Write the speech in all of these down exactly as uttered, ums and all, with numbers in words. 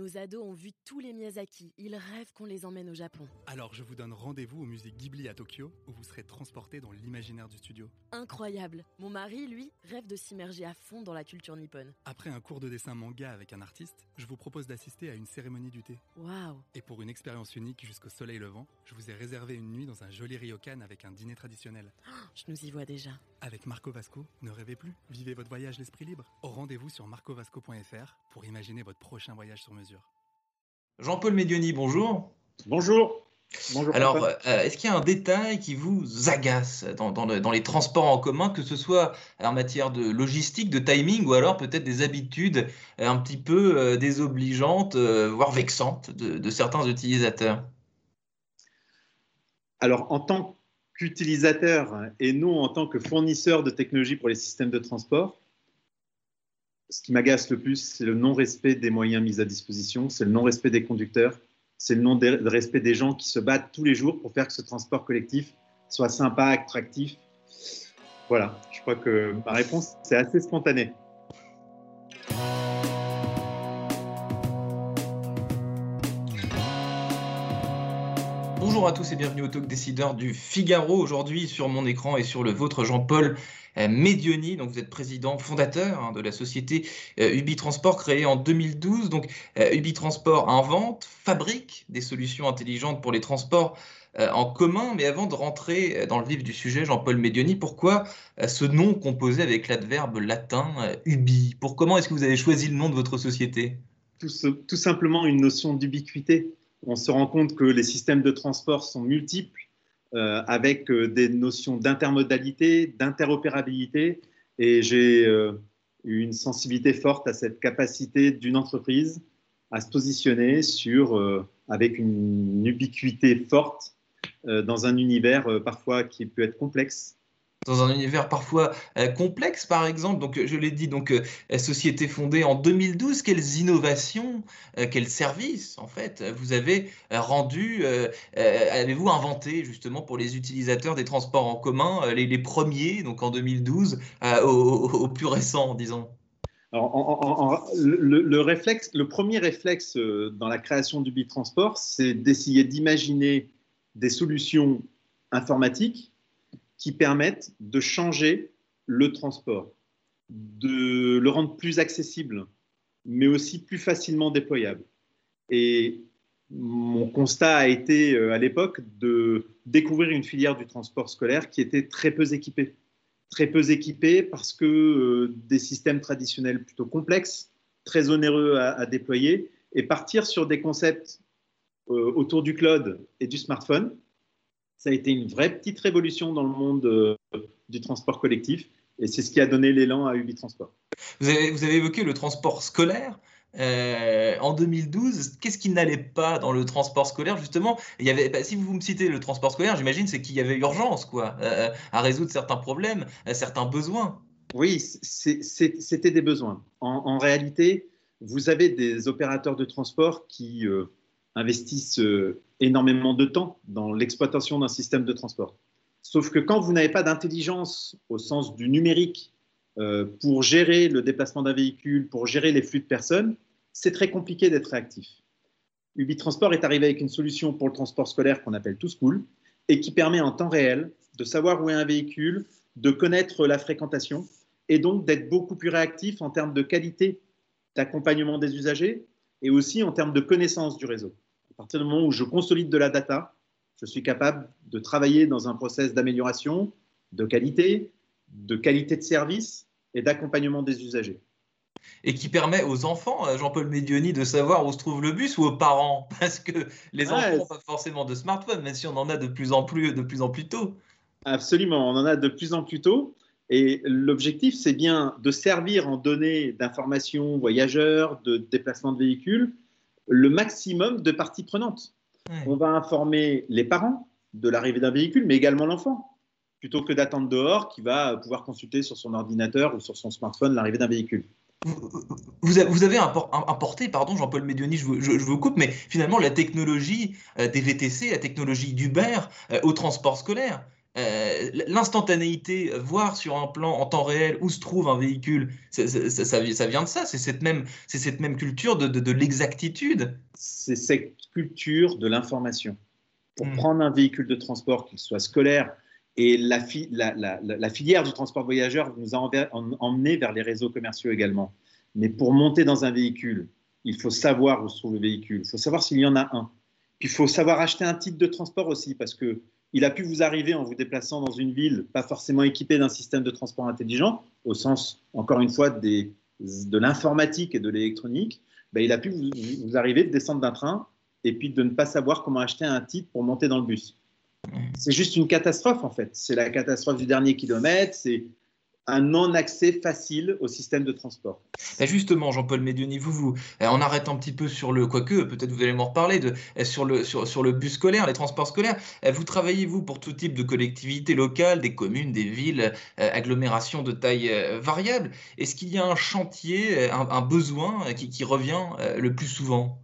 Nos ados ont vu tous les Miyazaki. Ils rêvent qu'on les emmène au Japon. Alors je vous donne rendez-vous au musée Ghibli à Tokyo, où vous serez transportés dans l'imaginaire du studio. Incroyable. Mon mari, lui, rêve de s'immerger à fond dans la culture nippone. Après un cours de dessin manga avec un artiste, je vous propose d'assister à une cérémonie du thé. Waouh. Et pour une expérience unique jusqu'au soleil levant, je vous ai réservé une nuit dans un joli ryokan avec un dîner traditionnel. Oh, je nous y vois déjà. Avec Marco Vasco, ne rêvez plus, vivez votre voyage l'esprit libre. Au rendez-vous sur marco vasco point f r pour imaginer votre prochain voyage sur mesure. Jean-Paul Medioni, bonjour. Bonjour. Bonjour. Alors, euh, est-ce qu'il y a un détail qui vous agace dans, dans, le, dans les transports en commun, que ce soit en matière de logistique, de timing, ou alors peut-être des habitudes un petit peu euh, désobligeantes, euh, voire vexantes de, de certains utilisateurs? Alors, en tant qu'utilisateur et non en tant que fournisseur de technologies pour les systèmes de transport, ce qui m'agace le plus, c'est le non-respect des moyens mis à disposition, c'est le non-respect des conducteurs, c'est le non-respect des gens qui se battent tous les jours pour faire que ce transport collectif soit sympa, attractif. Voilà, je crois que ma réponse, c'est assez spontané. Bonjour à tous et bienvenue au Talk Décideur du Figaro. Aujourd'hui, sur mon écran et sur le vôtre, Jean-Paul Medioni. Donc, vous êtes président fondateur hein, de la société euh, Ubi Transport, créée en deux mille douze. Donc, euh, Ubi Transport invente, fabrique des solutions intelligentes pour les transports euh, en commun. Mais avant de rentrer dans le vif du sujet, Jean-Paul Medioni, pourquoi euh, ce nom composé avec l'adverbe latin euh, Ubi? Pour comment est-ce que vous avez choisi le nom de votre société? tout, ce, tout simplement une notion d'ubiquité. On se rend compte que les systèmes de transport sont multiples, euh, avec euh, des notions d'intermodalité, d'interopérabilité. Et j'ai euh, eu une sensibilité forte à cette capacité d'une entreprise à se positionner sur, euh, avec une ubiquité forte euh, dans un univers euh, parfois qui peut être complexe. Dans un univers parfois euh, complexe, par exemple. Donc, je l'ai dit, donc, euh, société fondée en deux mille douze. Quelles innovations, euh, quels services, en fait, vous avez euh, rendus, euh, euh, avez-vous inventé, justement, pour les utilisateurs des transports en commun, euh, les, les premiers, donc en deux mille douze, euh, au, au, au plus récent, disons? Alors, en, en, en, le, le, réflexe, le premier réflexe euh, dans la création du Ubi Transport, c'est d'essayer d'imaginer des solutions informatiques qui permettent de changer le transport, de le rendre plus accessible, mais aussi plus facilement déployable. Et mon constat a été à l'époque de découvrir une filière du transport scolaire qui était très peu équipée. Très peu équipée parce que euh, des systèmes traditionnels plutôt complexes, très onéreux à, à déployer, et partir sur des concepts euh, autour du cloud et du smartphone. Ça a été une vraie petite révolution dans le monde euh, du transport collectif et c'est ce qui a donné l'élan à Ubi Transport. Vous avez, vous avez évoqué le transport scolaire. Euh, en deux mille douze, qu'est-ce qui n'allait pas dans le transport scolaire justement? Il y avait, bah, si vous me citez le transport scolaire, j'imagine c'est qu'il y avait urgence quoi, euh, à résoudre certains problèmes, euh, certains besoins. Oui, c'est, c'est, c'était des besoins. En, en réalité, vous avez des opérateurs de transport qui euh, investissent euh, énormément de temps dans l'exploitation d'un système de transport. Sauf que quand vous n'avez pas d'intelligence au sens du numérique euh, pour gérer le déplacement d'un véhicule, pour gérer les flux de personnes, c'est très compliqué d'être réactif. Ubi Transport est arrivé avec une solution pour le transport scolaire qu'on appelle ToSchool et qui permet en temps réel de savoir où est un véhicule, de connaître la fréquentation et donc d'être beaucoup plus réactif en termes de qualité d'accompagnement des usagers et aussi en termes de connaissance du réseau. À partir du moment où je consolide de la data, je suis capable de travailler dans un process d'amélioration, de qualité, de qualité de service et d'accompagnement des usagers. Et qui permet aux enfants, Jean-Paul Medioni, de savoir où se trouve le bus ou aux parents? Parce que les enfants n'ont ouais, pas forcément de smartphone, même si on en a de plus en plus, de plus en plus tôt. Absolument, on en a de plus en plus tôt. Et l'objectif, c'est bien de servir en données d'information voyageurs, de déplacement de véhicules, le maximum de parties prenantes. Ouais. On va informer les parents de l'arrivée d'un véhicule, mais également l'enfant, plutôt que d'attendre dehors, qui va pouvoir consulter sur son ordinateur ou sur son smartphone l'arrivée d'un véhicule. Vous avez importé, pardon Jean-Paul Medioni, je vous, je, je vous coupe, mais finalement la technologie des V T C, la technologie d'Uber euh, au transport scolaire. euh, l'instantanéité, voir sur un plan en temps réel où se trouve un véhicule, ça, ça, ça, ça vient de ça, c'est cette même, c'est cette même culture de, de, de l'exactitude. C'est cette culture de l'information. Pour Mmh. prendre un véhicule de transport, qu'il soit scolaire, et la, fi la, la, la filière du transport voyageur nous a emmenés vers les réseaux commerciaux également. Mais pour monter dans un véhicule, il faut savoir où se trouve le véhicule, il faut savoir s'il y en a un. Puis il faut savoir acheter un titre de transport aussi, parce qu'il a pu vous arriver en vous déplaçant dans une ville pas forcément équipée d'un système de transport intelligent, au sens, encore une fois, des, de l'informatique et de l'électronique. Ben, il a pu vous, vous arriver de descendre d'un train et puis de ne pas savoir comment acheter un titre pour monter dans le bus. C'est juste une catastrophe, en fait. C'est la catastrophe du dernier kilomètre, c'est un non-accès facile au système de transport. Et justement, Jean-Paul Médioni, vous, vous, on arrête un petit peu sur le, quoique, peut-être vous allez m'en reparler, de, sur, le, sur, sur le bus scolaire, les transports scolaires. Vous travaillez, vous, pour tout type de collectivités locales, des communes, des villes, agglomérations de taille variable. Est-ce qu'il y a un chantier, un, un besoin qui, qui revient le plus souvent?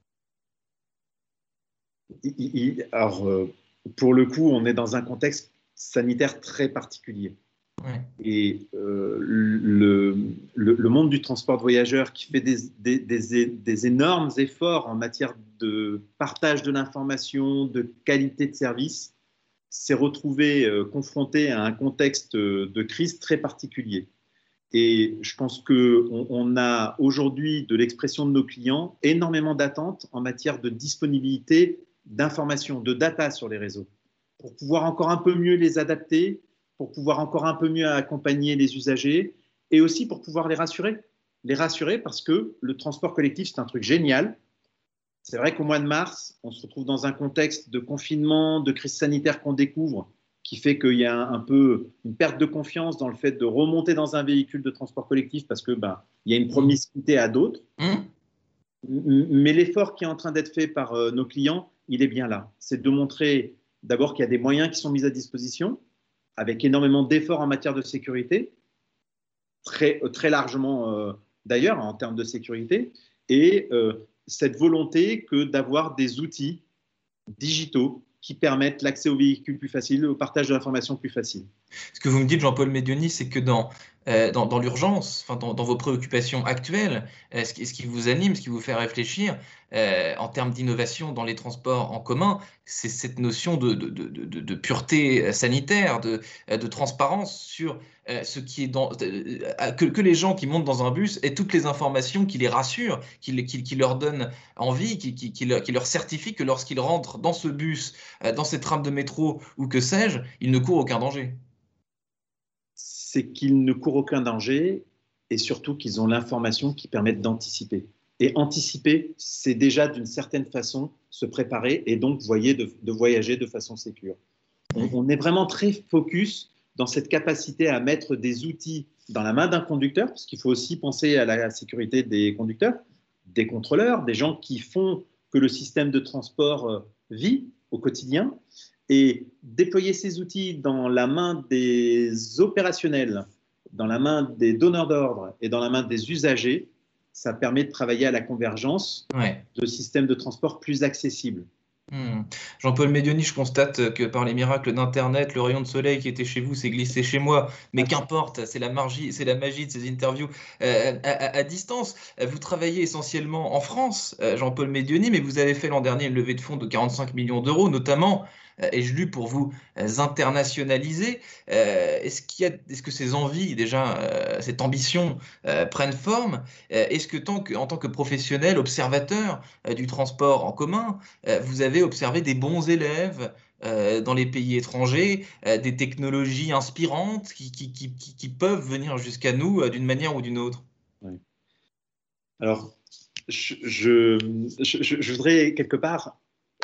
Alors, pour le coup, on est dans un contexte sanitaire très particulier. Ouais. Et euh, le, le, le monde du transport de voyageurs qui fait des, des, des, des énormes efforts en matière de partage de l'information, de qualité de service, s'est retrouvé euh, confronté à un contexte de crise très particulier. Et je pense qu'on on a aujourd'hui, de l'expression de nos clients, énormément d'attentes en matière de disponibilité d'informations, de data sur les réseaux, pour pouvoir encore un peu mieux les adapter, pour pouvoir encore un peu mieux accompagner les usagers et aussi pour pouvoir les rassurer. Les rassurer parce que le transport collectif, c'est un truc génial. C'est vrai qu'au mois de mars, on se retrouve dans un contexte de confinement, de crise sanitaire qu'on découvre, qui fait qu'il y a un peu une perte de confiance dans le fait de remonter dans un véhicule de transport collectif parce que ben, il y a une promiscuité à d'autres. Mmh. Mais l'effort qui est en train d'être fait par euh, nos clients, il est bien là. C'est de montrer d'abord qu'il y a des moyens qui sont mis à disposition, avec énormément d'efforts en matière de sécurité, très, très largement euh, d'ailleurs en termes de sécurité, et euh, cette volonté que d'avoir des outils digitaux qui permettent l'accès aux véhicules plus facile, au partage de l'information plus facile. Ce que vous me dites, Jean-Paul Médioni, c'est que dans, euh, dans, dans l'urgence, enfin, dans, dans vos préoccupations actuelles, euh, ce, qui, ce qui vous anime, ce qui vous fait réfléchir euh, en termes d'innovation dans les transports en commun, c'est cette notion de, de, de, de, de pureté sanitaire, de, de transparence sur euh, ce qui est dans... Euh, que, que les gens qui montent dans un bus aient toutes les informations qui les rassurent, qui, qui, qui leur donnent envie, qui, qui, qui, leur, qui leur certifient que lorsqu'ils rentrent dans ce bus, euh, dans cette trame de métro ou que sais-je, ils ne courent aucun danger. C'est qu'ils ne courent aucun danger et surtout qu'ils ont l'information qui permet d'anticiper. Et anticiper, c'est déjà d'une certaine façon se préparer et donc voyez, de, de voyager de façon sécure. On, on est vraiment très focus dans cette capacité à mettre des outils dans la main d'un conducteur, parce qu'il faut aussi penser à la sécurité des conducteurs, des contrôleurs, des gens qui font que le système de transport vit au quotidien. Et déployer ces outils dans la main des opérationnels, dans la main des donneurs d'ordre et dans la main des usagers, ça permet de travailler à la convergence ouais. de systèmes de transport plus accessibles. Mmh. Jean-Paul Médioni, je constate que par les miracles d'Internet, le rayon de soleil qui était chez vous s'est glissé chez moi. Mais qu'importe, c'est la magie, c'est la magie de ces interviews euh, à, à, à distance. Vous travaillez essentiellement en France, Jean-Paul Médioni, mais vous avez fait l'an dernier une levée de fonds de quarante-cinq millions d'euros, notamment, euh, ai-je lu, pour vous internationaliser. Euh, est-ce qu'il y a, est-ce que ces envies, déjà, euh, cette ambition euh, prennent forme? euh, Est-ce que, tant que, en tant que professionnel, observateur euh, du transport en commun, euh, vous avez observé des bons élèves euh, dans les pays étrangers, euh, des technologies inspirantes qui, qui, qui, qui peuvent venir jusqu'à nous euh, d'une manière ou d'une autre? Oui. Alors, je, je, je, je voudrais quelque part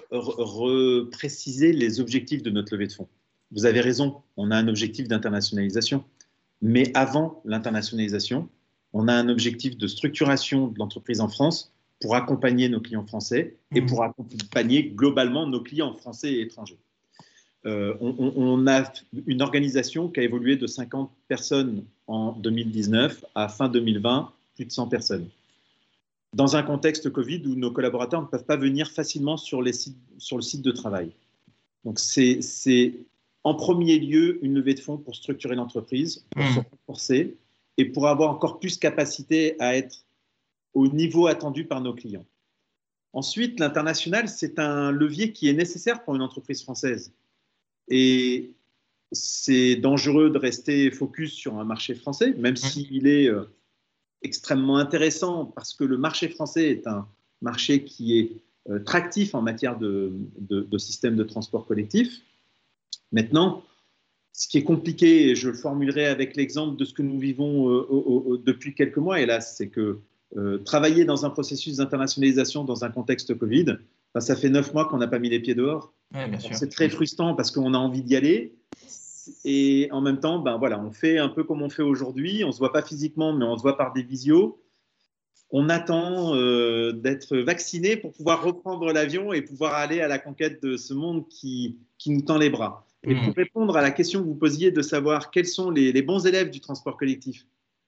repréciser les objectifs de notre levée de fonds. Vous avez raison, on a un objectif d'internationalisation, mais avant l'internationalisation, on a un objectif de structuration de l'entreprise en France pour accompagner nos clients français et pour accompagner globalement nos clients français et étrangers. Euh, on, on a une organisation qui a évolué de cinquante personnes en deux mille dix-neuf à fin deux mille vingt, plus de cent personnes. Dans un contexte Covid où nos collaborateurs ne peuvent pas venir facilement sur, les sites, sur le site de travail. Donc c'est En premier lieu, une levée de fonds pour structurer l'entreprise, pour Mmh. se renforcer et pour avoir encore plus capacité à être au niveau attendu par nos clients. Ensuite, l'international, c'est un levier qui est nécessaire pour une entreprise française. Et c'est dangereux de rester focus sur un marché français, même s'il est euh, extrêmement intéressant parce que le marché français est un marché qui est euh, tractif en matière de, de, de système de transport collectif. Maintenant, ce qui est compliqué, et je le formulerai avec l'exemple de ce que nous vivons euh, au, au, depuis quelques mois, hélas, c'est que euh, travailler dans un processus d'internationalisation dans un contexte Covid, ben, ça fait neuf mois qu'on n'a pas mis les pieds dehors. Ouais, bien sûr. C'est très frustrant parce qu'on a envie d'y aller. Et en même temps, ben, voilà, on fait un peu comme on fait aujourd'hui. On ne se voit pas physiquement, mais on se voit par des visios. On attend euh, d'être vacciné pour pouvoir reprendre l'avion et pouvoir aller à la conquête de ce monde qui, qui nous tend les bras. Et pour répondre à la question que vous posiez de savoir quels sont les, les bons élèves du transport collectif,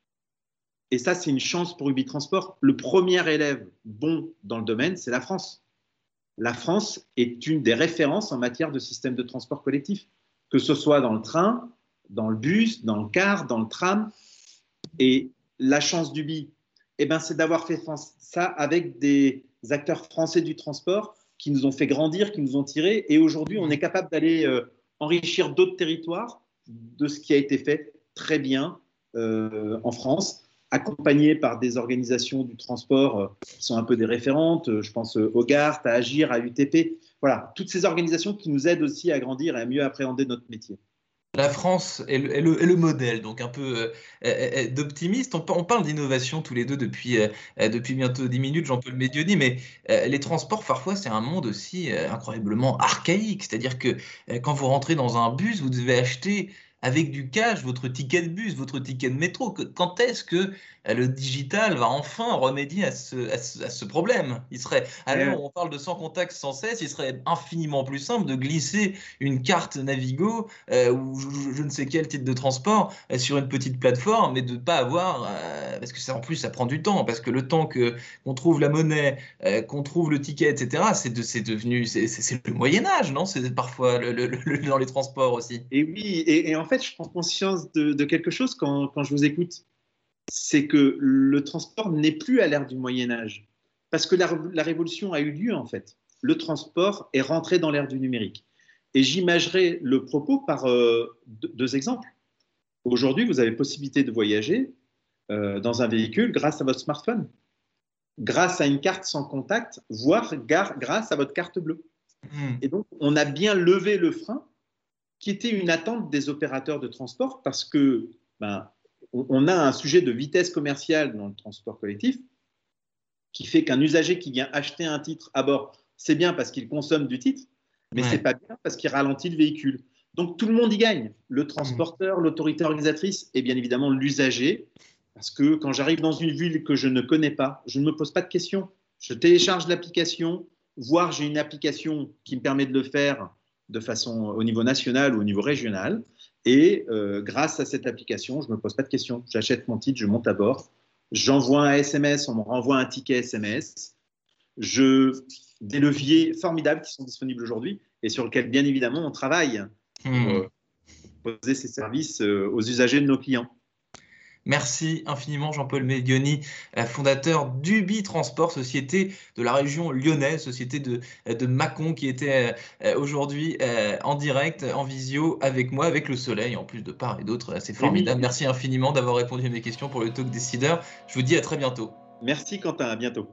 et ça, c'est une chance pour Ubi Transport, le premier élève bon dans le domaine, c'est la France. La France est une des références en matière de système de transport collectif, que ce soit dans le train, dans le bus, dans le car, dans le tram. Et la chance d'Ubi, eh ben, c'est d'avoir fait ça avec des acteurs français du transport qui nous ont fait grandir, qui nous ont tirés. Et aujourd'hui, on est capable d'aller euh, enrichir d'autres territoires de ce qui a été fait très bien euh, en France, accompagné par des organisations du transport euh, qui sont un peu des référentes. Euh, je pense euh, au GART, à Agir, à U T P. Voilà, toutes ces organisations qui nous aident aussi à grandir et à mieux appréhender notre métier. La France est le, est le, est le modèle, donc un peu euh, d'optimiste. On, on parle d'innovation tous les deux depuis, euh, depuis bientôt dix minutes, Jean-Paul Médioni, mais euh, les transports, parfois, c'est un monde aussi euh, incroyablement archaïque. C'est-à-dire que euh, quand vous rentrez dans un bus, vous devez acheter avec du cash votre ticket de bus, votre ticket de métro. Quand est-ce que le digital va enfin remédier à ce, à ce, à ce problème? Il serait, à l'heure où on parle de sans contact sans cesse, il serait infiniment plus simple de glisser une carte Navigo euh, ou je, je ne sais quel type de transport euh, sur une petite plateforme, mais de ne pas avoir, euh, parce que ça en plus ça prend du temps, parce que le temps que qu'on trouve la monnaie, euh, qu'on trouve le ticket, et cetera, c'est de, c'est devenu, c'est, c'est, c'est le Moyen-Âge, non? C'est parfois le, le, le, dans les transports aussi. Et oui, et, et en fait, je prends conscience de, de quelque chose quand, quand je vous écoute. C'est que le transport n'est plus à l'ère du Moyen-Âge. Parce que la, la révolution a eu lieu, en fait. Le transport est rentré dans l'ère du numérique. Et j'imagerai le propos par euh, deux, deux exemples. Aujourd'hui, vous avez possibilité de voyager euh, dans un véhicule grâce à votre smartphone, grâce à une carte sans contact, voire gar, grâce à votre carte bleue. Mmh. Et donc, on a bien levé le frein qui était une attente des opérateurs de transport parce que ben, on a un sujet de vitesse commerciale dans le transport collectif qui fait qu'un usager qui vient acheter un titre à bord, c'est bien parce qu'il consomme du titre, mais ouais. c'est pas bien parce qu'il ralentit le véhicule. Donc tout le monde y gagne, le transporteur, l'autorité organisatrice et bien évidemment l'usager, parce que quand j'arrive dans une ville que je ne connais pas, je ne me pose pas de questions. Je télécharge l'application, voire j'ai une application qui me permet de le faire de façon au niveau national ou au niveau régional. Et euh, grâce à cette application, je ne me pose pas de questions. J'achète mon titre, je monte à bord, j'envoie un S M S, on me renvoie un ticket S M S. Je... Des leviers formidables qui sont disponibles aujourd'hui et sur lesquels, bien évidemment, on travaille pour euh, proposer ces services euh, aux usagers de nos clients. Merci infiniment Jean-Paul Médioni, fondateur d'Ubi Transport, société de la région lyonnaise, société de, de Mâcon qui était aujourd'hui en direct, en visio avec moi, avec le soleil en plus de part et d'autre. C'est formidable. Oui. Merci infiniment d'avoir répondu à mes questions pour le Talk Décideur. Je vous dis à très bientôt. Merci Quentin, à bientôt.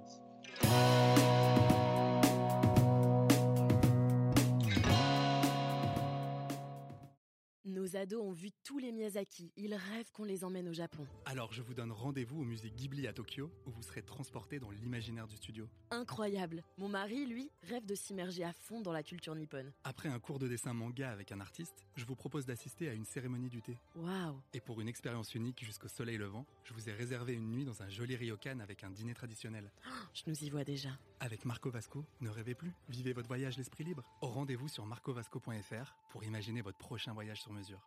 Nos ados ont vu tous les Miyazaki. Ils rêvent qu'on les emmène au Japon. Alors je vous donne rendez-vous au musée Ghibli à Tokyo, où vous serez transporté dans l'imaginaire du studio. Incroyable. Mon mari, lui, rêve de s'immerger à fond dans la culture nippone. Après un cours de dessin manga avec un artiste, je vous propose d'assister à une cérémonie du thé. Waouh. Et pour une expérience unique jusqu'au soleil levant, je vous ai réservé une nuit dans un joli ryokan avec un dîner traditionnel. Oh, je nous y vois déjà. Avec Marco Vasco, ne rêvez plus, vivez votre voyage l'esprit libre. Au rendez-vous sur marco vasco point f r pour imaginer votre prochain voyage sur mesure.